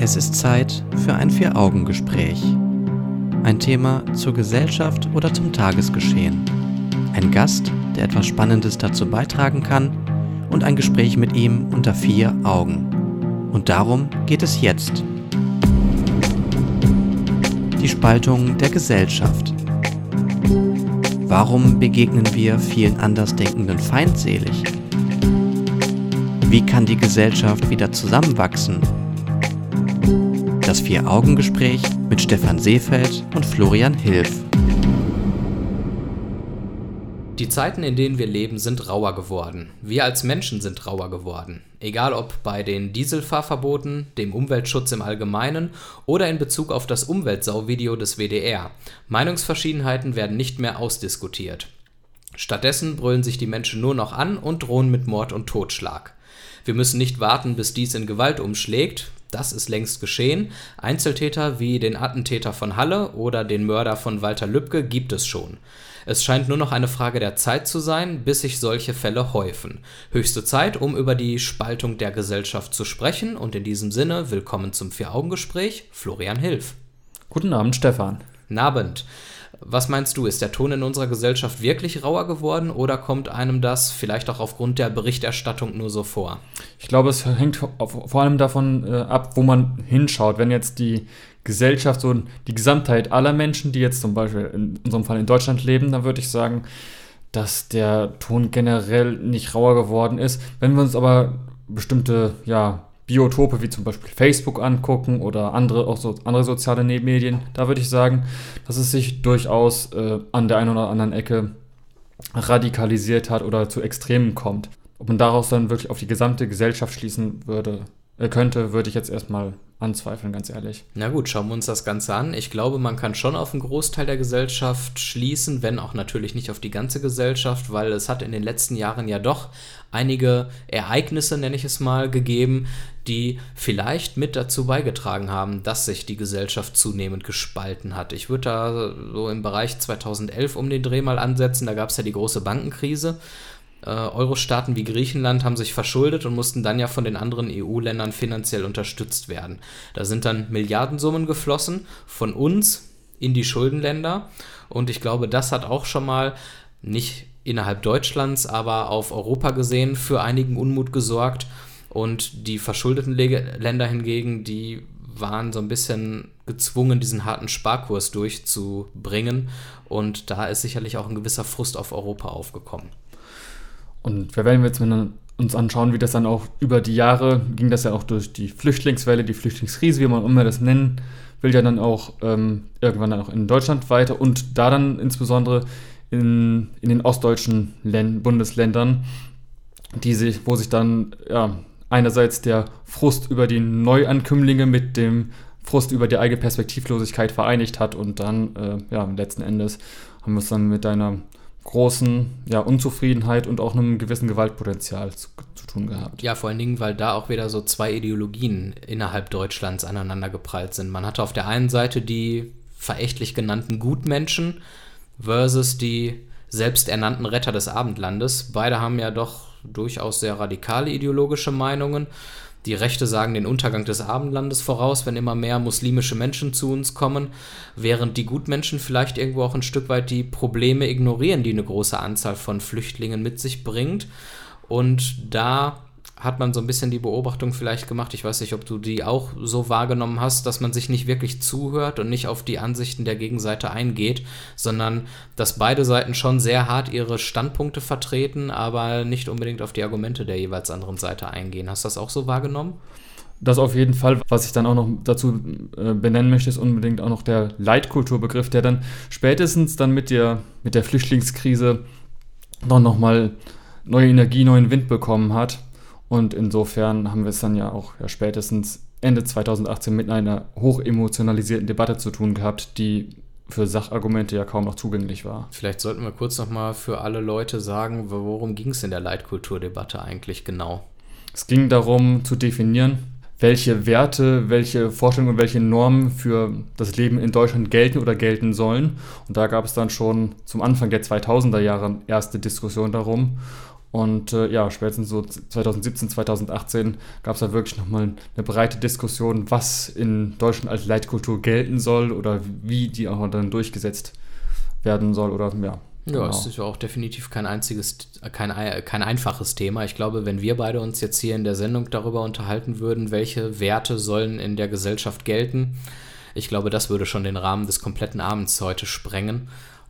Es ist Zeit für ein Vier-Augen-Gespräch. Ein Thema zur Gesellschaft oder zum Tagesgeschehen. Ein Gast, der etwas Spannendes dazu beitragen kann, und ein Gespräch mit ihm unter vier Augen. Und darum geht es jetzt. Die Spaltung der Gesellschaft. Warum begegnen wir vielen Andersdenkenden feindselig? Wie kann die Gesellschaft wieder zusammenwachsen? Das Vier-Augen-Gespräch mit Stefan Seefeld und Florian Hilf. Die Zeiten, in denen wir leben, sind rauer geworden. Wir als Menschen sind rauer geworden. Egal ob bei den Dieselfahrverboten, dem Umweltschutz im Allgemeinen oder in Bezug auf das Umweltsau-Video des WDR. Meinungsverschiedenheiten werden nicht mehr ausdiskutiert. Stattdessen brüllen sich die Menschen nur noch an und drohen mit Mord und Totschlag. Wir müssen nicht warten, bis dies in Gewalt umschlägt. Das ist längst geschehen. Einzeltäter wie den Attentäter von Halle oder den Mörder von Walter Lübcke gibt es schon. Es scheint nur noch eine Frage der Zeit zu sein, bis sich solche Fälle häufen. Höchste Zeit, um über die Spaltung der Gesellschaft zu sprechen. Und in diesem Sinne, willkommen zum Vier-Augen-Gespräch, Florian Hilf. Guten Abend, Stefan. Guten Abend. Was meinst du, ist der Ton in unserer Gesellschaft wirklich rauer geworden oder kommt einem das vielleicht auch aufgrund der Berichterstattung nur so vor? Ich glaube, es hängt vor allem davon ab, wo man hinschaut. Wenn jetzt die Gesellschaft, so die Gesamtheit aller Menschen, die jetzt zum Beispiel in unserem Fall in Deutschland leben, dann würde ich sagen, dass der Ton generell nicht rauer geworden ist. Wenn wir uns aber bestimmte, Biotope wie zum Beispiel Facebook angucken oder andere soziale Medien, da würde ich sagen, dass es sich durchaus an der einen oder anderen Ecke radikalisiert hat oder zu Extremen kommt. Ob man daraus dann wirklich auf die gesamte Gesellschaft schließen könnte, würde ich jetzt erstmal anzweifeln, ganz ehrlich. Na gut, schauen wir uns das Ganze an. Ich glaube, man kann schon auf einen Großteil der Gesellschaft schließen, wenn auch natürlich nicht auf die ganze Gesellschaft, weil es hat in den letzten Jahren ja doch einige Ereignisse, nenne ich es mal, gegeben, die vielleicht mit dazu beigetragen haben, dass sich die Gesellschaft zunehmend gespalten hat. Ich würde da so im Bereich 2011 um den Dreh mal ansetzen, da gab es ja die große Bankenkrise. Euro-Staaten wie Griechenland haben sich verschuldet und mussten dann ja von den anderen EU-Ländern finanziell unterstützt werden. Da sind dann Milliardensummen geflossen von uns in die Schuldenländer und ich glaube, das hat auch schon mal nicht innerhalb Deutschlands, aber auf Europa gesehen für einigen Unmut gesorgt und die verschuldeten Länder hingegen, die waren so ein bisschen gezwungen, diesen harten Sparkurs durchzubringen und da ist sicherlich auch ein gewisser Frust auf Europa aufgekommen. Und wenn wir jetzt uns anschauen, wie das dann auch über die Jahre ging, das ja auch durch die Flüchtlingswelle, die Flüchtlingskrise, wie man immer das nennen will, ja dann auch irgendwann dann auch in Deutschland weiter und da dann insbesondere in den ostdeutschen Bundesländern, wo sich dann einerseits der Frust über die Neuankömmlinge mit dem Frust über die eigene Perspektivlosigkeit vereinigt hat und dann letzten Endes haben wir es dann mit einer großen Unzufriedenheit und auch einem gewissen Gewaltpotenzial zu tun gehabt. Ja, vor allen Dingen, weil da auch wieder so zwei Ideologien innerhalb Deutschlands aneinander geprallt sind. Man hatte auf der einen Seite die verächtlich genannten Gutmenschen versus die selbsternannten Retter des Abendlandes. Beide haben ja doch durchaus sehr radikale ideologische Meinungen. Die Rechte sagen den Untergang des Abendlandes voraus, wenn immer mehr muslimische Menschen zu uns kommen, während die Gutmenschen vielleicht irgendwo auch ein Stück weit die Probleme ignorieren, die eine große Anzahl von Flüchtlingen mit sich bringt. Und da hat man so ein bisschen die Beobachtung vielleicht gemacht, ich weiß nicht, ob du die auch so wahrgenommen hast, dass man sich nicht wirklich zuhört und nicht auf die Ansichten der Gegenseite eingeht, sondern dass beide Seiten schon sehr hart ihre Standpunkte vertreten, aber nicht unbedingt auf die Argumente der jeweils anderen Seite eingehen. Hast du das auch so wahrgenommen? Das auf jeden Fall. Was ich dann auch noch dazu benennen möchte, ist unbedingt auch noch der Leitkulturbegriff, der dann spätestens dann mit der Flüchtlingskrise noch mal neue Energie, neuen Wind bekommen hat. Und insofern haben wir es dann ja auch spätestens Ende 2018 mit einer hochemotionalisierten Debatte zu tun gehabt, die für Sachargumente ja kaum noch zugänglich war. Vielleicht sollten wir kurz nochmal für alle Leute sagen, worum ging es in der Leitkulturdebatte eigentlich genau? Es ging darum zu definieren, welche Werte, welche Vorstellungen und welche Normen für das Leben in Deutschland gelten oder gelten sollen. Und da gab es dann schon zum Anfang der 2000er Jahre erste Diskussion darum. Und spätestens so 2017, 2018 gab es da wirklich nochmal eine breite Diskussion, was in Deutschland als Leitkultur gelten soll oder wie die auch dann durchgesetzt werden soll oder ja. Ja, es ist ja auch definitiv kein einfaches Thema. Ich glaube, wenn wir beide uns jetzt hier in der Sendung darüber unterhalten würden, welche Werte sollen in der Gesellschaft gelten, ich glaube, das würde schon den Rahmen des kompletten Abends heute sprengen.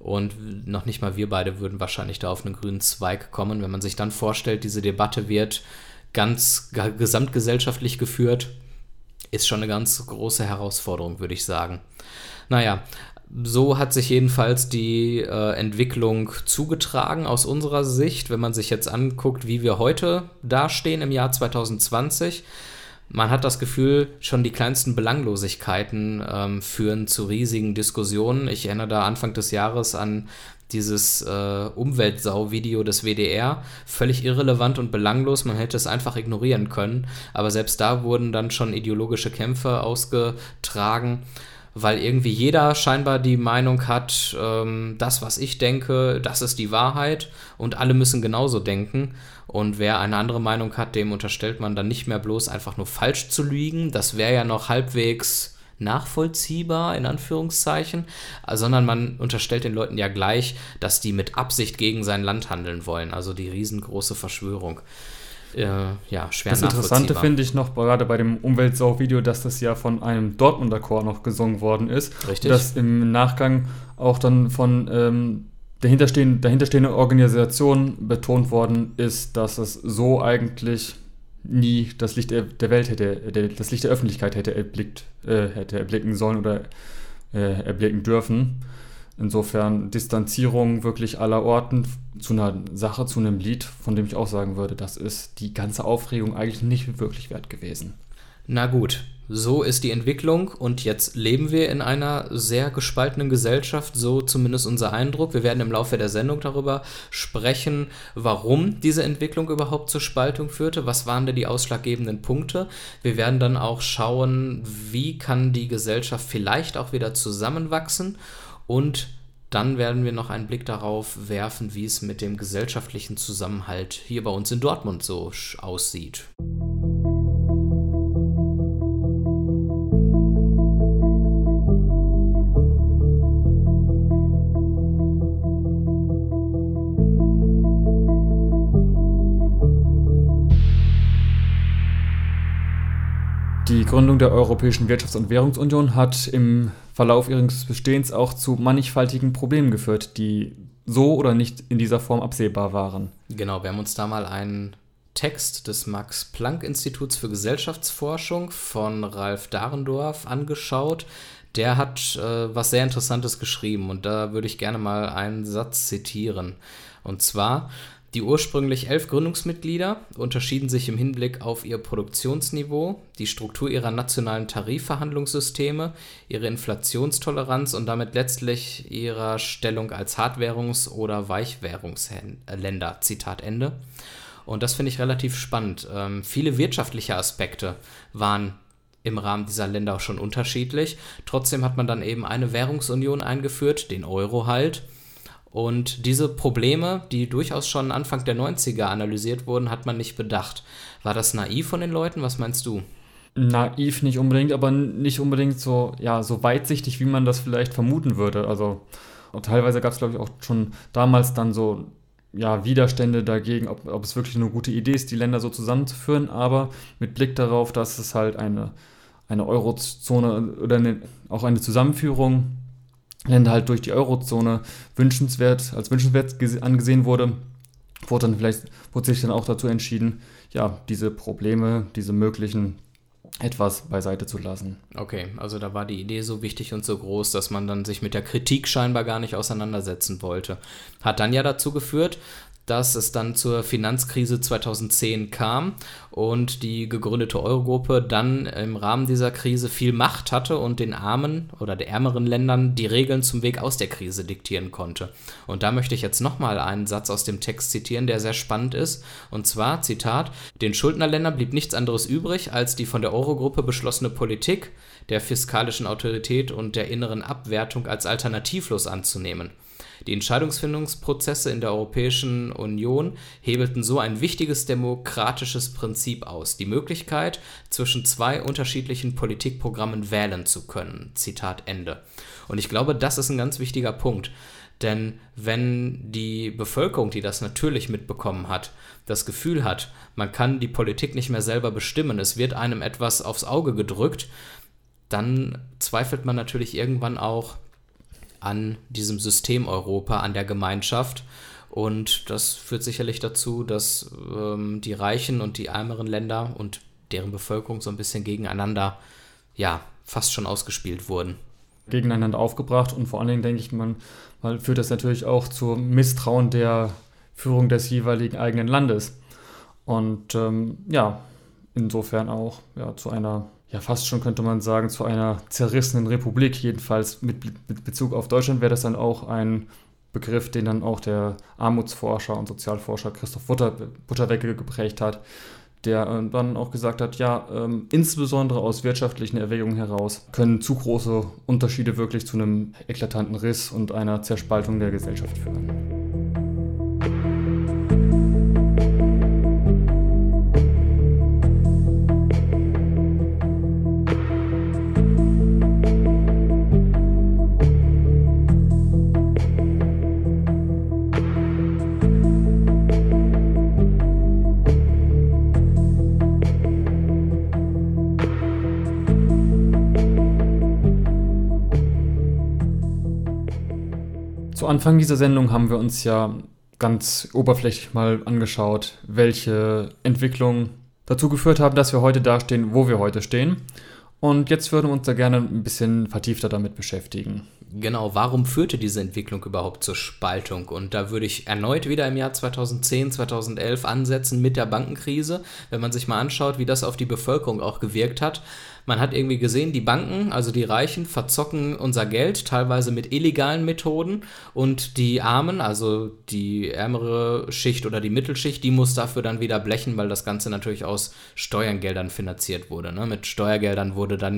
Und noch nicht mal wir beide würden wahrscheinlich da auf einen grünen Zweig kommen. Wenn man sich dann vorstellt, diese Debatte wird ganz gesamtgesellschaftlich geführt, ist schon eine ganz große Herausforderung, würde ich sagen. Naja, so hat sich jedenfalls die Entwicklung zugetragen aus unserer Sicht, wenn man sich jetzt anguckt, wie wir heute dastehen im Jahr 2020. Man hat das Gefühl, schon die kleinsten Belanglosigkeiten führen zu riesigen Diskussionen. Ich erinnere da Anfang des Jahres an dieses Umweltsau-Video des WDR. Völlig irrelevant und belanglos, man hätte es einfach ignorieren können. Aber selbst da wurden dann schon ideologische Kämpfe ausgetragen, weil irgendwie jeder scheinbar die Meinung hat, das, was ich denke, das ist die Wahrheit und alle müssen genauso denken. Und wer eine andere Meinung hat, dem unterstellt man dann nicht mehr bloß einfach nur falsch zu lügen. Das wäre ja noch halbwegs nachvollziehbar, in Anführungszeichen, sondern man unterstellt den Leuten ja gleich, dass die mit Absicht gegen sein Land handeln wollen. Also die riesengroße Verschwörung. Schwer nachvollziehbar. Das Interessante finde ich noch, gerade bei dem Umweltsau-Video, dass das ja von einem Dortmunder Chor noch gesungen worden ist. Richtig. Dass im Nachgang auch dann von dahinterstehende Organisation betont worden ist, dass es so eigentlich nie das Licht der Welt das Licht der Öffentlichkeit hätte erblicken sollen oder erblicken dürfen. Insofern Distanzierung wirklich aller Orten zu einer Sache, zu einem Lied, von dem ich auch sagen würde, das ist die ganze Aufregung eigentlich nicht wirklich wert gewesen. Na gut, so ist die Entwicklung und jetzt leben wir in einer sehr gespaltenen Gesellschaft, so zumindest unser Eindruck. Wir werden im Laufe der Sendung darüber sprechen, warum diese Entwicklung überhaupt zur Spaltung führte, was waren denn die ausschlaggebenden Punkte. Wir werden dann auch schauen, wie kann die Gesellschaft vielleicht auch wieder zusammenwachsen und dann werden wir noch einen Blick darauf werfen, wie es mit dem gesellschaftlichen Zusammenhalt hier bei uns in Dortmund so aussieht. Die Gründung der Europäischen Wirtschafts- und Währungsunion hat im Verlauf ihres Bestehens auch zu mannigfaltigen Problemen geführt, die so oder nicht in dieser Form absehbar waren. Genau, wir haben uns da mal einen Text des Max-Planck-Instituts für Gesellschaftsforschung von Ralf Dahrendorf angeschaut. Der hat was sehr Interessantes geschrieben und da würde ich gerne mal einen Satz zitieren. Und zwar: Die ursprünglich 11 Gründungsmitglieder unterschieden sich im Hinblick auf ihr Produktionsniveau, die Struktur ihrer nationalen Tarifverhandlungssysteme, ihre Inflationstoleranz und damit letztlich ihrer Stellung als Hartwährungs- oder Weichwährungsländer. Zitat Ende. Und das finde ich relativ spannend. Viele wirtschaftliche Aspekte waren im Rahmen dieser Länder auch schon unterschiedlich. Trotzdem hat man dann eben eine Währungsunion eingeführt, den Euro halt. Und diese Probleme, die durchaus schon Anfang der 90er analysiert wurden, hat man nicht bedacht. War das naiv von den Leuten? Was meinst du? Naiv nicht unbedingt, aber nicht unbedingt so weitsichtig, wie man das vielleicht vermuten würde. Also teilweise gab es, glaube ich, auch schon damals dann so Widerstände dagegen, ob es wirklich eine gute Idee ist, die Länder so zusammenzuführen. Aber mit Blick darauf, dass es halt eine Eurozone oder auch eine Zusammenführung Länder halt durch die Eurozone wünschenswert angesehen wurde sich dann auch dazu entschieden, diese Probleme, diese möglichen, etwas beiseite zu lassen. Okay, also da war die Idee so wichtig und so groß, dass man dann sich mit der Kritik scheinbar gar nicht auseinandersetzen wollte. Hat dann ja dazu geführt, dass es dann zur Finanzkrise 2010 kam und die gegründete Eurogruppe dann im Rahmen dieser Krise viel Macht hatte und den armen oder den ärmeren Ländern die Regeln zum Weg aus der Krise diktieren konnte. Und da möchte ich jetzt nochmal einen Satz aus dem Text zitieren, der sehr spannend ist. Und zwar, Zitat: Den Schuldnerländern blieb nichts anderes übrig, als die von der Eurogruppe beschlossene Politik der fiskalischen Autorität und der inneren Abwertung als alternativlos anzunehmen. Die Entscheidungsfindungsprozesse in der Europäischen Union hebelten so ein wichtiges demokratisches Prinzip aus, die Möglichkeit, zwischen zwei unterschiedlichen Politikprogrammen wählen zu können. Zitat Ende. Und ich glaube, das ist ein ganz wichtiger Punkt. Denn wenn die Bevölkerung, die das natürlich mitbekommen hat, das Gefühl hat, man kann die Politik nicht mehr selber bestimmen, es wird einem etwas aufs Auge gedrückt, dann zweifelt man natürlich irgendwann auch an diesem System Europa, an der Gemeinschaft. Und das führt sicherlich dazu, dass die reichen und die ärmeren Länder und deren Bevölkerung so ein bisschen gegeneinander, ja, fast schon ausgespielt wurden. Gegeneinander aufgebracht und vor allen Dingen, denke ich, man führt das natürlich auch zu Misstrauen der Führung des jeweiligen eigenen Landes. Und insofern auch zu einer, fast schon könnte man sagen, zu einer zerrissenen Republik. Jedenfalls mit Bezug auf Deutschland wäre das dann auch ein Begriff, den dann auch der Armutsforscher und Sozialforscher Christoph Butterwecke geprägt hat, der dann auch gesagt hat, insbesondere aus wirtschaftlichen Erwägungen heraus können zu große Unterschiede wirklich zu einem eklatanten Riss und einer Zerspaltung der Gesellschaft führen. Zu Anfang dieser Sendung haben wir uns ja ganz oberflächlich mal angeschaut, welche Entwicklungen dazu geführt haben, dass wir heute dastehen, wo wir heute stehen. Und jetzt würden wir uns da gerne ein bisschen vertiefter damit beschäftigen. Genau, warum führte diese Entwicklung überhaupt zur Spaltung? Und da würde ich erneut wieder im Jahr 2010, 2011 ansetzen mit der Bankenkrise, wenn man sich mal anschaut, wie das auf die Bevölkerung auch gewirkt hat. Man hat irgendwie gesehen, die Banken, also die Reichen, verzocken unser Geld, teilweise mit illegalen Methoden, und die Armen, also die ärmere Schicht oder die Mittelschicht, die muss dafür dann wieder blechen, weil das Ganze natürlich aus Steuergeldern finanziert wurde. Ne? Mit Steuergeldern wurde dann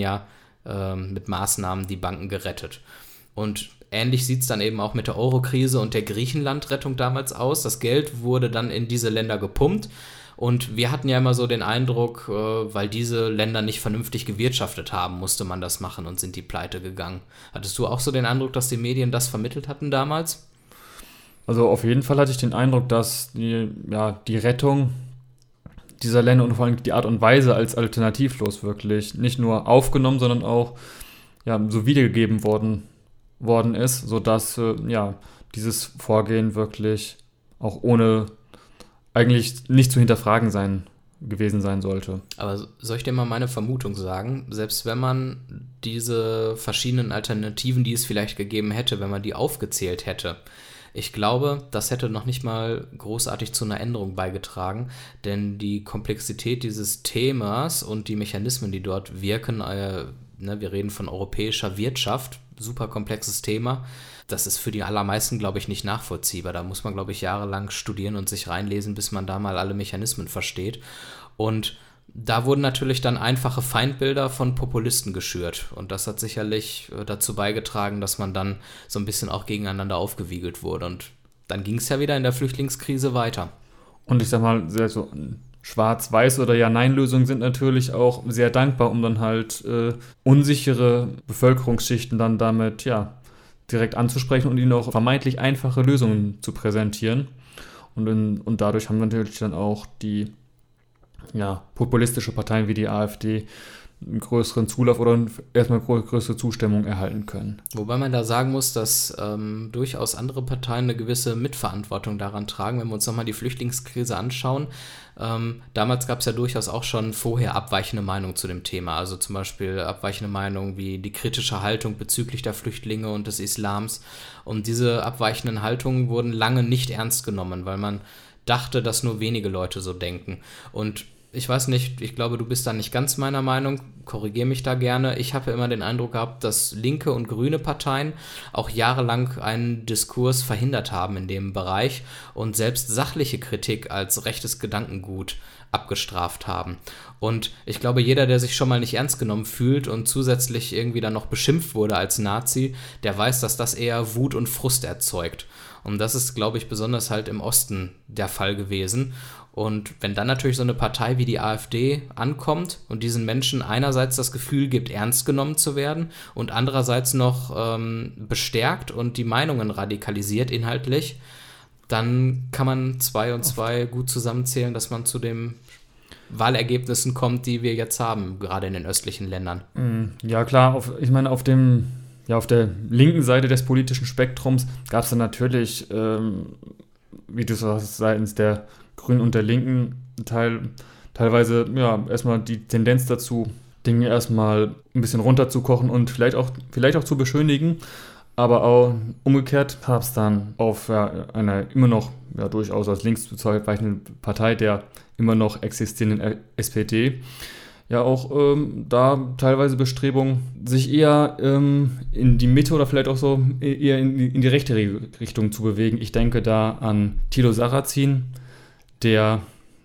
mit Maßnahmen die Banken gerettet. Und ähnlich sieht es dann eben auch mit der Euro-Krise und der Griechenland-Rettung damals aus. Das Geld wurde dann in diese Länder gepumpt. Und wir hatten ja immer so den Eindruck, weil diese Länder nicht vernünftig gewirtschaftet haben, musste man das machen und sind die pleite gegangen. Hattest du auch so den Eindruck, dass die Medien das vermittelt hatten damals? Also auf jeden Fall hatte ich den Eindruck, dass die Rettung dieser Länder und vor allem die Art und Weise als alternativlos wirklich nicht nur aufgenommen, sondern auch so wiedergegeben worden ist, sodass dieses Vorgehen wirklich auch ohne eigentlich nicht zu hinterfragen gewesen sein sollte. Aber soll ich dir mal meine Vermutung sagen? Selbst wenn man diese verschiedenen Alternativen, die es vielleicht gegeben hätte, wenn man die aufgezählt hätte, ich glaube, das hätte noch nicht mal großartig zu einer Änderung beigetragen, denn die Komplexität dieses Themas und die Mechanismen, die dort wirken, wir reden von europäischer Wirtschaft, super komplexes Thema, das ist für die allermeisten, glaube ich, nicht nachvollziehbar. Da muss man, glaube ich, jahrelang studieren und sich reinlesen, bis man da mal alle Mechanismen versteht. Und da wurden natürlich dann einfache Feindbilder von Populisten geschürt. Und das hat sicherlich dazu beigetragen, dass man dann so ein bisschen auch gegeneinander aufgewiegelt wurde. Und dann ging es ja wieder in der Flüchtlingskrise weiter. Und ich sag mal, so Schwarz-Weiß- oder Ja-Nein-Lösungen sind natürlich auch sehr dankbar, um dann halt unsichere Bevölkerungsschichten dann damit, direkt anzusprechen und ihnen auch vermeintlich einfache Lösungen zu präsentieren. Und dadurch haben natürlich dann auch die populistische Parteien wie die AfD einen größeren Zulauf oder erstmal größere Zustimmung erhalten können. Wobei man da sagen muss, dass durchaus andere Parteien eine gewisse Mitverantwortung daran tragen. Wenn wir uns nochmal die Flüchtlingskrise anschauen, damals gab es ja durchaus auch schon vorher abweichende Meinungen zu dem Thema. Also zum Beispiel abweichende Meinungen wie die kritische Haltung bezüglich der Flüchtlinge und des Islams. Und diese abweichenden Haltungen wurden lange nicht ernst genommen, weil man dachte, dass nur wenige Leute so denken. Und Ich weiß nicht, ich glaube, du bist da nicht ganz meiner Meinung, korrigiere mich da gerne. Ich habe immer den Eindruck gehabt, dass linke und grüne Parteien auch jahrelang einen Diskurs verhindert haben in dem Bereich und selbst sachliche Kritik als rechtes Gedankengut abgestraft haben. Und ich glaube, jeder, der sich schon mal nicht ernst genommen fühlt und zusätzlich irgendwie dann noch beschimpft wurde als Nazi, der weiß, dass das eher Wut und Frust erzeugt. Und das ist, glaube ich, besonders halt im Osten der Fall gewesen. Und wenn dann natürlich so eine Partei wie die AfD ankommt und diesen Menschen einerseits das Gefühl gibt, ernst genommen zu werden und andererseits noch bestärkt und die Meinungen radikalisiert inhaltlich, dann kann man 2 und 2 gut zusammenzählen, dass man zu den Wahlergebnissen kommt, die wir jetzt haben, gerade in den östlichen Ländern. Ja klar, auf der linken Seite des politischen Spektrums gab es dann natürlich, wie du sagst, seitens der Grünen und der Linken teilweise erstmal die Tendenz dazu, Dinge erstmal ein bisschen runterzukochen und vielleicht auch zu beschönigen. Aber auch umgekehrt gab es dann auf einer immer noch durchaus als links bezeichneten Partei der immer noch existierenden SPD auch da teilweise Bestrebungen, sich eher in die Mitte oder vielleicht auch so eher in die rechte Richtung zu bewegen. Ich denke da an Thilo Sarrazin, der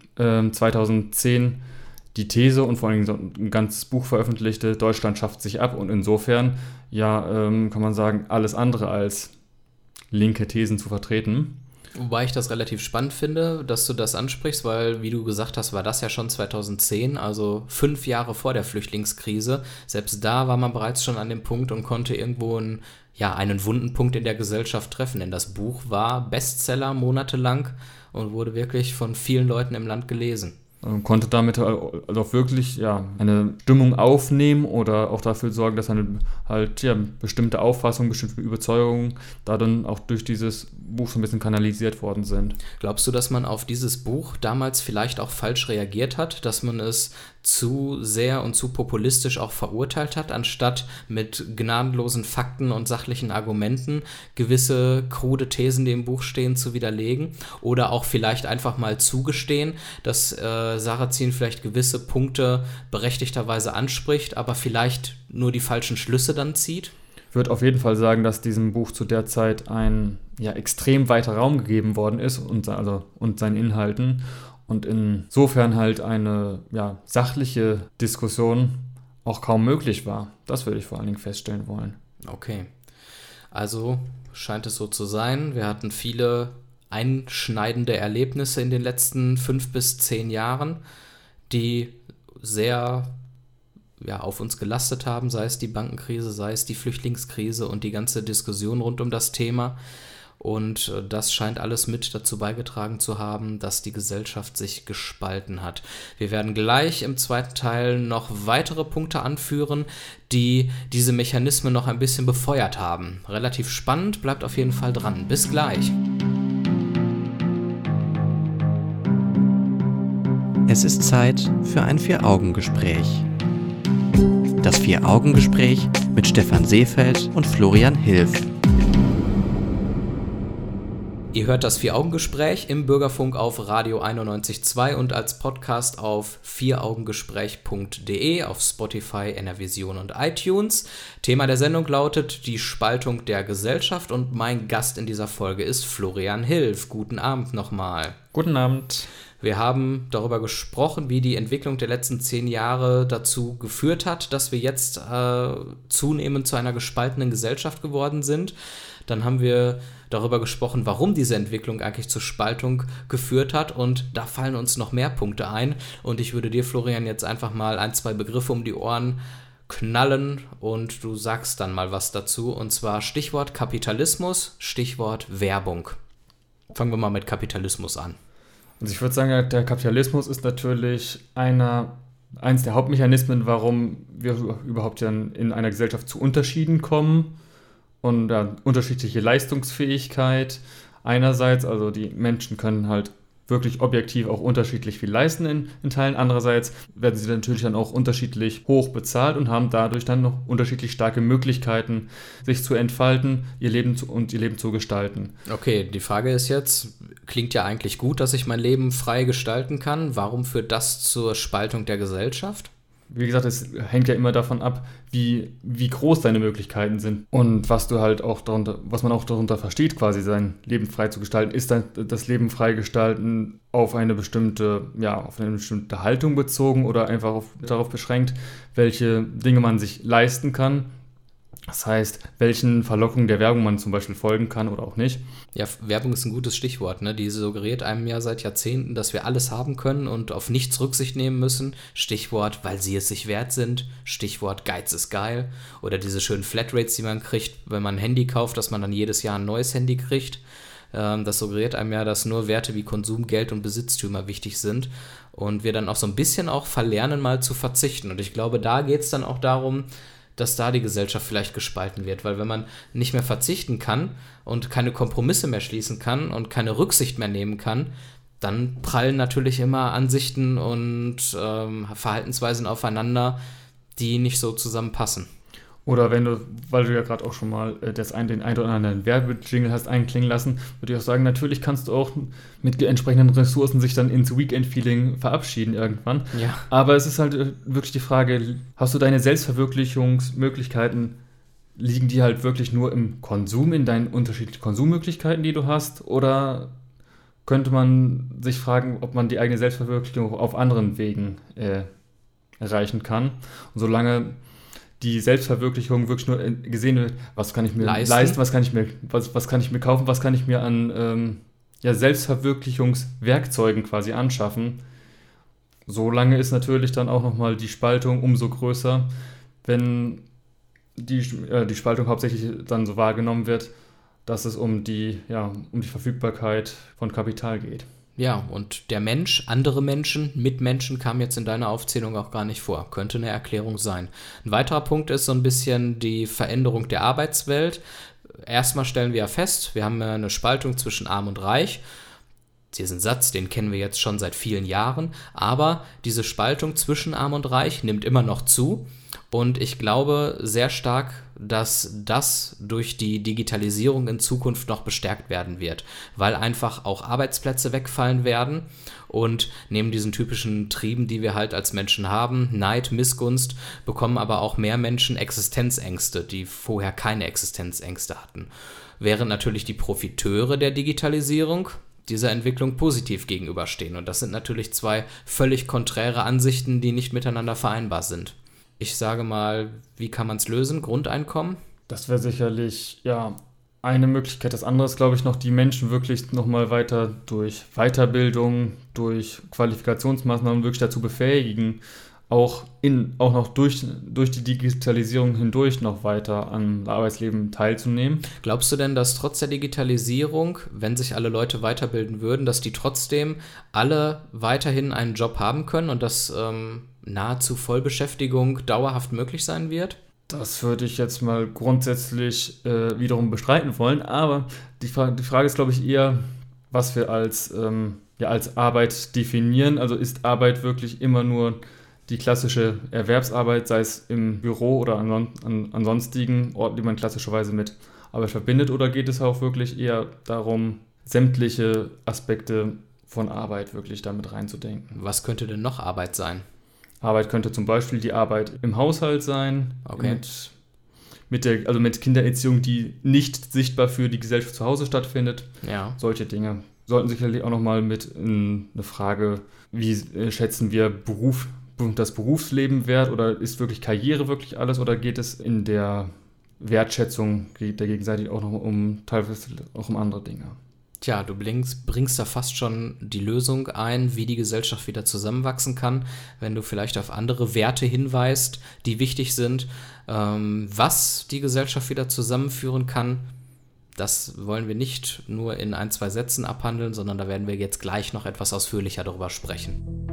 2010 die These und vor allem so ein ganzes Buch veröffentlichte, Deutschland schafft sich ab, und insofern kann man sagen, alles andere als linke Thesen zu vertreten. Wobei ich das relativ spannend finde, dass du das ansprichst, weil, wie du gesagt hast, war das ja schon 2010, also 5 Jahre vor der Flüchtlingskrise. Selbst da war man bereits schon an dem Punkt und konnte irgendwo einen wunden Punkt in der Gesellschaft treffen. Denn das Buch war Bestseller monatelang und wurde wirklich von vielen Leuten im Land gelesen. Konnte damit auch wirklich eine Stimmung aufnehmen oder auch dafür sorgen, dass eine bestimmte Auffassung, bestimmte Überzeugungen da dann auch durch dieses Buch so ein bisschen kanalisiert worden sind. Glaubst du, dass man auf dieses Buch damals vielleicht auch falsch reagiert hat, dass man es zu sehr und zu populistisch auch verurteilt hat, anstatt mit gnadenlosen Fakten und sachlichen Argumenten gewisse krude Thesen, die im Buch stehen, zu widerlegen? Oder auch vielleicht einfach mal zugestehen, dass Sarrazin vielleicht gewisse Punkte berechtigterweise anspricht, aber vielleicht nur die falschen Schlüsse dann zieht? Ich würde auf jeden Fall sagen, dass diesem Buch zu der Zeit ein extrem weiter Raum gegeben worden ist und seinen Inhalten. Und insofern halt eine sachliche Diskussion auch kaum möglich war. Das würde ich vor allen Dingen feststellen wollen. Okay, also scheint es so zu sein. Wir hatten viele einschneidende Erlebnisse in den letzten 5 bis 10 Jahren, die sehr auf uns gelastet haben, sei es die Bankenkrise, sei es die Flüchtlingskrise und die ganze Diskussion rund um das Thema. Und das scheint alles mit dazu beigetragen zu haben, dass die Gesellschaft sich gespalten hat. Wir werden gleich im zweiten Teil noch weitere Punkte anführen, die diese Mechanismen noch ein bisschen befeuert haben. Relativ spannend, bleibt auf jeden Fall dran. Bis gleich. Es ist Zeit für ein 4-Augen-Gespräch. Das 4-Augen-Gespräch mit Stefan Seefeld und Florian Hilf. Ihr hört das 4-Augen-Gespräch im Bürgerfunk auf Radio 91.2 und als Podcast auf 4augengespräch.de, auf Spotify, NRVision und iTunes. Thema der Sendung lautet die Spaltung der Gesellschaft und mein Gast in dieser Folge ist Florian Hilf. Guten Abend nochmal. Guten Abend. Wir haben darüber gesprochen, wie die Entwicklung der letzten 10 Jahre dazu geführt hat, dass wir jetzt zunehmend zu einer gespaltenen Gesellschaft geworden sind. Dann haben wir darüber gesprochen, warum diese Entwicklung eigentlich zur Spaltung geführt hat, und da fallen uns noch mehr Punkte ein. Und ich würde dir, Florian, jetzt einfach mal 1, 2 Begriffe um die Ohren knallen und du sagst dann mal was dazu. Und zwar Stichwort Kapitalismus, Stichwort Werbung. Fangen wir mal mit Kapitalismus an. Also ich würde sagen, der Kapitalismus ist natürlich eins der Hauptmechanismen, warum wir überhaupt dann in einer Gesellschaft zu Unterschieden kommen und unterschiedliche Leistungsfähigkeit einerseits, also die Menschen können halt wirklich objektiv auch unterschiedlich viel leisten in Teilen. Andererseits werden sie natürlich dann auch unterschiedlich hoch bezahlt und haben dadurch dann noch unterschiedlich starke Möglichkeiten, sich zu entfalten, ihr Leben zu gestalten. Okay, die Frage ist jetzt, klingt ja eigentlich gut, dass ich mein Leben frei gestalten kann. Warum führt das zur Spaltung der Gesellschaft? Wie gesagt, es hängt ja immer davon ab, wie groß deine Möglichkeiten sind und was man auch darunter versteht, quasi sein Leben frei zu gestalten. Ist dann das Leben frei gestalten auf eine bestimmte Haltung bezogen oder einfach darauf beschränkt, welche Dinge man sich leisten kann? Das heißt, welchen Verlockungen der Werbung man zum Beispiel folgen kann oder auch nicht. Ja, Werbung ist ein gutes Stichwort, ne? Die suggeriert einem ja seit Jahrzehnten, dass wir alles haben können und auf nichts Rücksicht nehmen müssen. Stichwort, weil sie es sich wert sind. Stichwort, Geiz ist geil. Oder diese schönen Flatrates, die man kriegt, wenn man ein Handy kauft, dass man dann jedes Jahr ein neues Handy kriegt. Das suggeriert einem ja, dass nur Werte wie Konsum, Geld und Besitztümer wichtig sind. Und wir dann auch so ein bisschen auch verlernen, mal zu verzichten. Und ich glaube, da geht es dann auch darum, dass da die Gesellschaft vielleicht gespalten wird, weil wenn man nicht mehr verzichten kann und keine Kompromisse mehr schließen kann und keine Rücksicht mehr nehmen kann, dann prallen natürlich immer Ansichten und Verhaltensweisen aufeinander, die nicht so zusammenpassen. Oder weil du ja gerade auch schon mal den ein oder anderen Werbejingle hast einklingen lassen, würde ich auch sagen, natürlich kannst du auch mit entsprechenden Ressourcen sich dann ins Weekend-Feeling verabschieden irgendwann. Ja. Aber es ist halt wirklich die Frage, hast du deine Selbstverwirklichungsmöglichkeiten, liegen die halt wirklich nur im Konsum, in deinen unterschiedlichen Konsummöglichkeiten, die du hast? Oder könnte man sich fragen, ob man die eigene Selbstverwirklichung auf anderen Wegen erreichen kann? Und solange die Selbstverwirklichung wirklich nur gesehen wird, was kann ich mir leisten, was kann ich mir kaufen, was kann ich mir an Selbstverwirklichungswerkzeugen quasi anschaffen. Solange ist natürlich dann auch nochmal die Spaltung umso größer, wenn die Spaltung hauptsächlich dann so wahrgenommen wird, dass es um die Verfügbarkeit von Kapital geht. Ja, und der Mensch, andere Menschen, Mitmenschen kam jetzt in deiner Aufzählung auch gar nicht vor. Könnte eine Erklärung sein. Ein weiterer Punkt ist so ein bisschen die Veränderung der Arbeitswelt. Erstmal stellen wir ja fest, wir haben ja eine Spaltung zwischen Arm und Reich. Diesen Satz, den kennen wir jetzt schon seit vielen Jahren, aber diese Spaltung zwischen Arm und Reich nimmt immer noch zu. Und ich glaube sehr stark, dass das durch die Digitalisierung in Zukunft noch bestärkt werden wird, weil einfach auch Arbeitsplätze wegfallen werden und neben diesen typischen Trieben, die wir halt als Menschen haben, Neid, Missgunst, bekommen aber auch mehr Menschen Existenzängste, die vorher keine Existenzängste hatten. Während natürlich die Profiteure der Digitalisierung dieser Entwicklung positiv gegenüberstehen. Und das sind natürlich zwei völlig konträre Ansichten, die nicht miteinander vereinbar sind. Ich sage mal, wie kann man es lösen? Grundeinkommen? Das wäre sicherlich, eine Möglichkeit. Das andere ist, glaube ich, noch die Menschen wirklich nochmal weiter durch Weiterbildung, durch Qualifikationsmaßnahmen wirklich dazu befähigen, auch noch durch die Digitalisierung hindurch noch weiter am Arbeitsleben teilzunehmen. Glaubst du denn, dass trotz der Digitalisierung, wenn sich alle Leute weiterbilden würden, dass die trotzdem alle weiterhin einen Job haben können und dass nahezu Vollbeschäftigung dauerhaft möglich sein wird? Das würde ich jetzt mal grundsätzlich wiederum bestreiten wollen, aber die Frage ist, glaube ich, eher, was wir als Arbeit definieren. Also ist Arbeit wirklich immer nur die klassische Erwerbsarbeit, sei es im Büro oder an sonstigen Orten, die man klassischerweise mit Arbeit verbindet, oder geht es auch wirklich eher darum, sämtliche Aspekte von Arbeit wirklich damit reinzudenken? Was könnte denn noch Arbeit sein? Arbeit könnte zum Beispiel die Arbeit im Haushalt sein, okay, mit Kindererziehung, die nicht sichtbar für die Gesellschaft zu Hause stattfindet. Ja. Solche Dinge sollten sicherlich auch nochmal mit in eine Frage, wie schätzen wir das Berufsleben wert, oder ist wirklich Karriere wirklich alles, oder geht es in der Wertschätzung der gegenseitig auch noch teilweise auch um andere Dinge? Tja, du bringst da fast schon die Lösung ein, wie die Gesellschaft wieder zusammenwachsen kann, wenn du vielleicht auf andere Werte hinweist, die wichtig sind. Was die Gesellschaft wieder zusammenführen kann, das wollen wir nicht nur in 1-2 Sätzen abhandeln, sondern da werden wir jetzt gleich noch etwas ausführlicher darüber sprechen.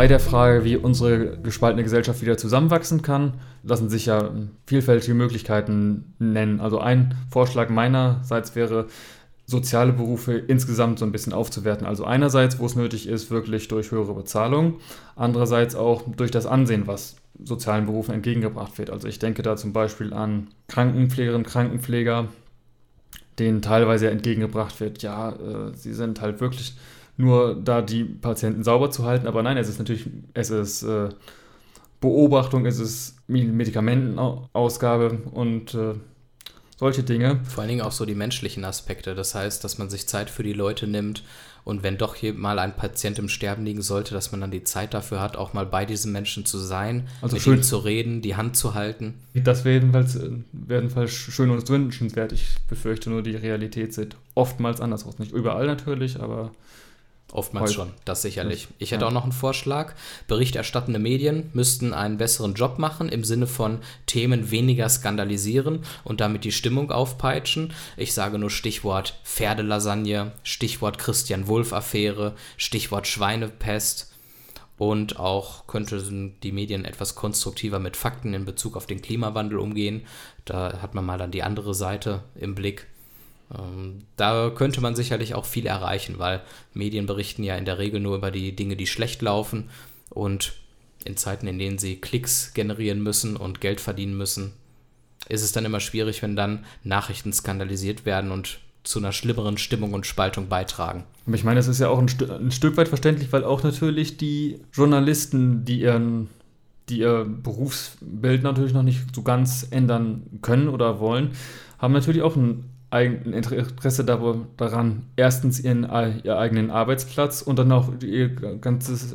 Bei der Frage, wie unsere gespaltene Gesellschaft wieder zusammenwachsen kann, lassen sich ja vielfältige Möglichkeiten nennen. Also ein Vorschlag meinerseits wäre, soziale Berufe insgesamt so ein bisschen aufzuwerten. Also einerseits, wo es nötig ist, wirklich durch höhere Bezahlung, andererseits auch durch das Ansehen, was sozialen Berufen entgegengebracht wird. Also ich denke da zum Beispiel an Krankenpflegerinnen, Krankenpfleger, denen teilweise entgegengebracht wird, ja, sie sind halt wirklich nur da, die Patienten sauber zu halten, aber nein, es ist Beobachtung, es ist Medikamentenausgabe und solche Dinge. Vor allen Dingen auch so die menschlichen Aspekte. Das heißt, dass man sich Zeit für die Leute nimmt und wenn doch hier mal ein Patient im Sterben liegen sollte, dass man dann die Zeit dafür hat, auch mal bei diesem Menschen zu sein, also mit ihm zu reden, die Hand zu halten. Das wäre jedenfalls schön und wünschenswert. Ich befürchte nur, die Realität sieht oftmals anders aus. Nicht überall natürlich, aber oftmals schon, das sicherlich. Ich hätte auch noch einen Vorschlag. Berichterstattende Medien müssten einen besseren Job machen, im Sinne von Themen weniger skandalisieren und damit die Stimmung aufpeitschen. Ich sage nur Stichwort Pferdelasagne, Stichwort Christian-Wulff-Affäre, Stichwort Schweinepest. Und auch könnten die Medien etwas konstruktiver mit Fakten in Bezug auf den Klimawandel umgehen. Da hat man mal dann die andere Seite im Blick. Da könnte man sicherlich auch viel erreichen, weil Medien berichten ja in der Regel nur über die Dinge, die schlecht laufen und in Zeiten, in denen sie Klicks generieren müssen und Geld verdienen müssen, ist es dann immer schwierig, wenn dann Nachrichten skandalisiert werden und zu einer schlimmeren Stimmung und Spaltung beitragen. Aber ich meine, das ist ja auch ein Stück weit verständlich, weil auch natürlich die Journalisten, die ihr Berufsbild natürlich noch nicht so ganz ändern können oder wollen, haben natürlich auch ein Interesse daran, erstens ihren eigenen Arbeitsplatz und dann auch ihr ganzes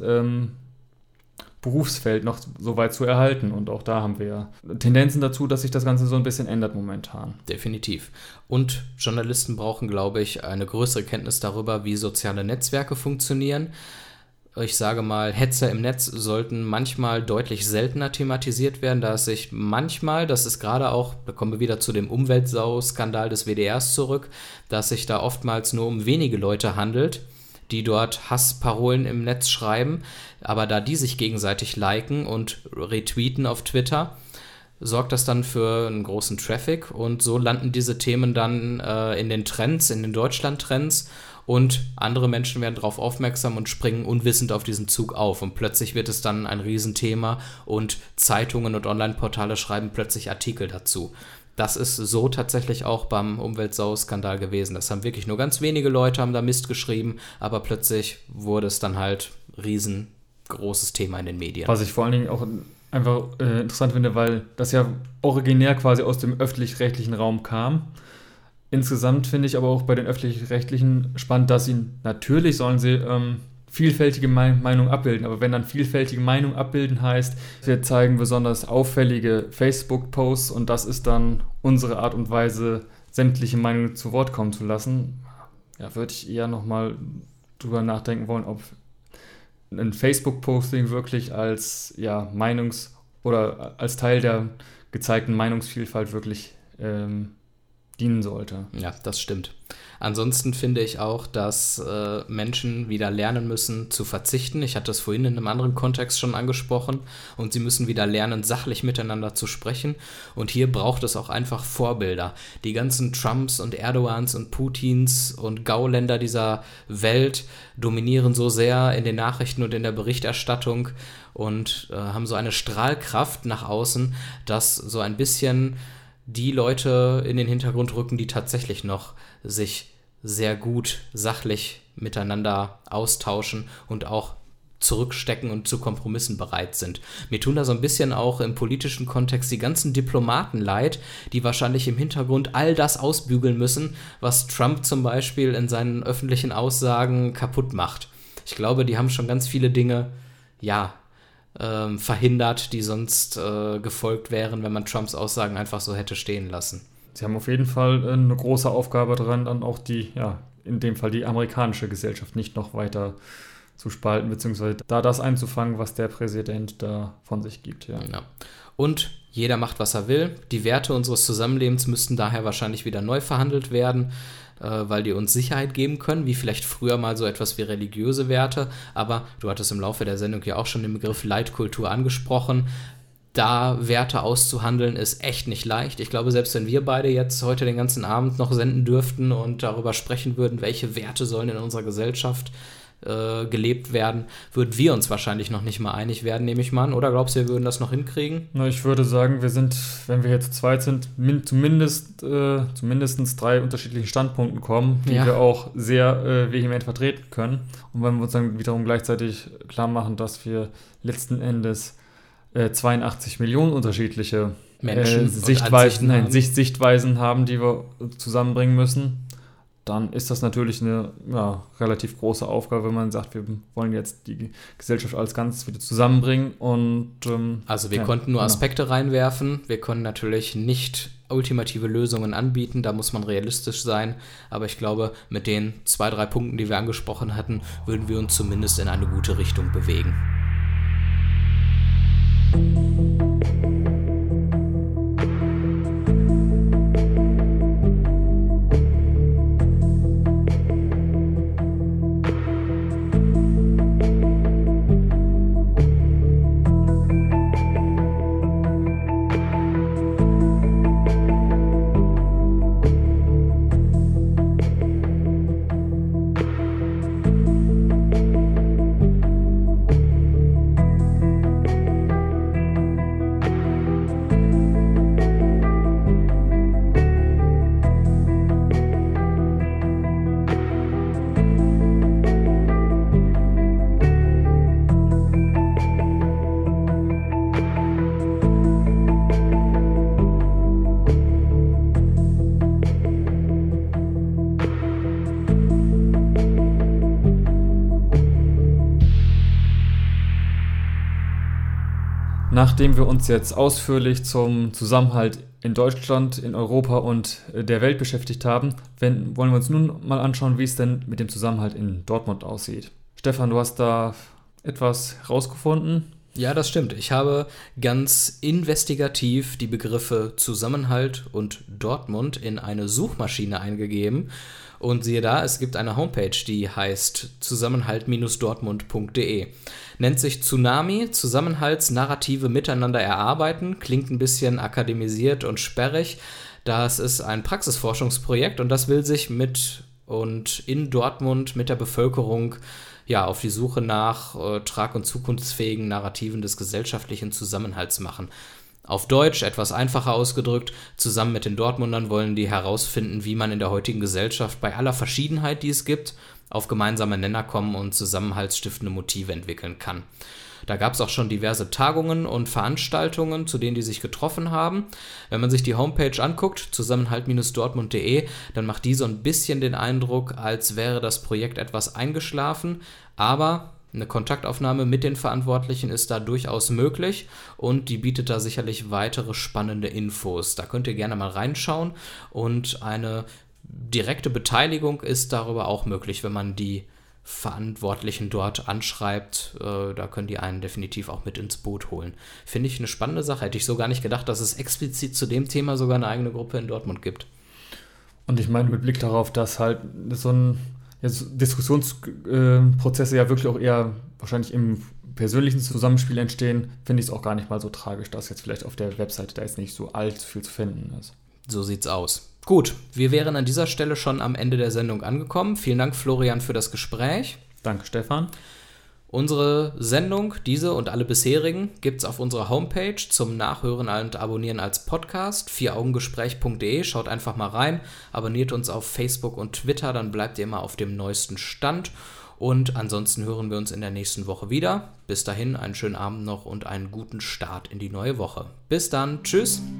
Berufsfeld noch so weit zu erhalten. Und auch da haben wir ja Tendenzen dazu, dass sich das Ganze so ein bisschen ändert momentan. Definitiv. Und Journalisten brauchen, glaube ich, eine größere Kenntnis darüber, wie soziale Netzwerke funktionieren. Ich sage mal, Hetzer im Netz sollten manchmal deutlich seltener thematisiert werden, da es sich manchmal, das ist gerade auch, da kommen wir wieder zu dem Umweltsau-Skandal des WDRs zurück, dass es sich da oftmals nur um wenige Leute handelt, die dort Hassparolen im Netz schreiben, aber da die sich gegenseitig liken und retweeten auf Twitter, sorgt das dann für einen großen Traffic und so landen diese Themen dann in den Trends, in den Deutschland-Trends und andere Menschen werden darauf aufmerksam und springen unwissend auf diesen Zug auf und plötzlich wird es dann ein Riesenthema und Zeitungen und Online-Portale schreiben plötzlich Artikel dazu. Das ist so tatsächlich auch beim Umweltsau-Skandal gewesen. Das haben wirklich nur ganz wenige Leute haben da Mist geschrieben, aber plötzlich wurde es dann halt riesengroßes Thema in den Medien. Was ich vor allen Dingen auch einfach interessant finde, weil das ja originär quasi aus dem öffentlich-rechtlichen Raum kam. Insgesamt finde ich aber auch bei den Öffentlich-Rechtlichen spannend, dass natürlich sollen sie vielfältige Meinungen abbilden, aber wenn dann vielfältige Meinungen abbilden heißt, wir zeigen besonders auffällige Facebook-Posts und das ist dann unsere Art und Weise, sämtliche Meinungen zu Wort kommen zu lassen, ja, würde ich eher nochmal drüber nachdenken wollen, ob ein Facebook-Posting wirklich als oder als Teil der gezeigten Meinungsvielfalt wirklich dienen sollte. Ja, das stimmt. Ansonsten finde ich auch, dass Menschen wieder lernen müssen zu verzichten. Ich hatte es vorhin in einem anderen Kontext schon angesprochen und sie müssen wieder lernen, sachlich miteinander zu sprechen und hier braucht es auch einfach Vorbilder. Die ganzen Trumps und Erdogans und Putins und Gauländer dieser Welt dominieren so sehr in den Nachrichten und in der Berichterstattung und haben so eine Strahlkraft nach außen, dass so ein bisschen die Leute in den Hintergrund rücken, die tatsächlich noch sich sehr gut sachlich miteinander austauschen und auch zurückstecken und zu Kompromissen bereit sind. Mir tun da so ein bisschen auch im politischen Kontext die ganzen Diplomaten leid, die wahrscheinlich im Hintergrund all das ausbügeln müssen, was Trump zum Beispiel in seinen öffentlichen Aussagen kaputt macht. Ich glaube, die haben schon ganz viele Dinge, verhindert, die sonst gefolgt wären, wenn man Trumps Aussagen einfach so hätte stehen lassen. Sie haben auf jeden Fall eine große Aufgabe dran, dann auch in dem Fall die amerikanische Gesellschaft nicht noch weiter zu spalten, beziehungsweise da das einzufangen, was der Präsident da von sich gibt. Ja. Ja. Und jeder macht, was er will. Die Werte unseres Zusammenlebens müssten daher wahrscheinlich wieder neu verhandelt werden, weil die uns Sicherheit geben können, wie vielleicht früher mal so etwas wie religiöse Werte. Aber du hattest im Laufe der Sendung ja auch schon den Begriff Leitkultur angesprochen. Da Werte auszuhandeln, ist echt nicht leicht. Ich glaube, selbst wenn wir beide jetzt heute den ganzen Abend noch senden dürften und darüber sprechen würden, welche Werte sollen in unserer Gesellschaft gelebt werden, würden wir uns wahrscheinlich noch nicht mal einig werden, nehme ich mal an. Oder glaubst du, wir würden das noch hinkriegen? Na, ich würde sagen, wir sind, wenn wir hier zu zweit sind, zumindest 3 unterschiedlichen Standpunkten kommen, die wir auch sehr vehement vertreten können. Und wenn wir uns dann wiederum gleichzeitig klar machen, dass wir letzten Endes 82 Millionen unterschiedliche Menschen Sichtweisen haben, die wir zusammenbringen müssen, dann ist das natürlich eine relativ große Aufgabe, wenn man sagt, wir wollen jetzt die Gesellschaft als Ganzes wieder zusammenbringen. Und also wir konnten nur Aspekte reinwerfen. Wir können natürlich nicht ultimative Lösungen anbieten, da muss man realistisch sein. Aber ich glaube, mit den 2, 3 Punkten, die wir angesprochen hatten, würden wir uns zumindest in eine gute Richtung bewegen. Nachdem wir uns jetzt ausführlich zum Zusammenhalt in Deutschland, in Europa und der Welt beschäftigt haben, wollen wir uns nun mal anschauen, wie es denn mit dem Zusammenhalt in Dortmund aussieht. Stefan, du hast da etwas rausgefunden? Ja, das stimmt. Ich habe ganz investigativ die Begriffe Zusammenhalt und Dortmund in eine Suchmaschine eingegeben. Und siehe da, es gibt eine Homepage, die heißt zusammenhalt-dortmund.de. Nennt sich Tsunami, Zusammenhaltsnarrative miteinander erarbeiten. Klingt ein bisschen akademisiert und sperrig. Das ist ein Praxisforschungsprojekt und das will sich mit und in Dortmund mit der Bevölkerung auf die Suche nach trag- und zukunftsfähigen Narrativen des gesellschaftlichen Zusammenhalts machen. Auf Deutsch, etwas einfacher ausgedrückt, zusammen mit den Dortmundern wollen die herausfinden, wie man in der heutigen Gesellschaft bei aller Verschiedenheit, die es gibt, auf gemeinsame Nenner kommen und zusammenhaltsstiftende Motive entwickeln kann. Da gab es auch schon diverse Tagungen und Veranstaltungen, zu denen die sich getroffen haben. Wenn man sich die Homepage anguckt, zusammenhalt-dortmund.de, dann macht die so ein bisschen den Eindruck, als wäre das Projekt etwas eingeschlafen, aber eine Kontaktaufnahme mit den Verantwortlichen ist da durchaus möglich und die bietet da sicherlich weitere spannende Infos. Da könnt ihr gerne mal reinschauen und eine direkte Beteiligung ist darüber auch möglich, wenn man die Verantwortlichen dort anschreibt. Da können die einen definitiv auch mit ins Boot holen. Finde ich eine spannende Sache. Hätte ich so gar nicht gedacht, dass es explizit zu dem Thema sogar eine eigene Gruppe in Dortmund gibt. Und ich meine, mit Blick darauf, dass halt so ein Diskussionsprozesse ja wirklich auch eher wahrscheinlich im persönlichen Zusammenspiel entstehen, finde ich es auch gar nicht mal so tragisch, dass jetzt vielleicht auf der Webseite da jetzt nicht so allzu viel zu finden ist. So sieht's aus. Gut, wir wären an dieser Stelle schon am Ende der Sendung angekommen. Vielen Dank, Florian, für das Gespräch. Danke, Stefan. Unsere Sendung, diese und alle bisherigen, gibt's auf unserer Homepage zum Nachhören und Abonnieren als Podcast, vieraugengespräch.de. Schaut einfach mal rein, abonniert uns auf Facebook und Twitter, dann bleibt ihr immer auf dem neuesten Stand. Und ansonsten hören wir uns in der nächsten Woche wieder. Bis dahin einen schönen Abend noch und einen guten Start in die neue Woche. Bis dann, tschüss.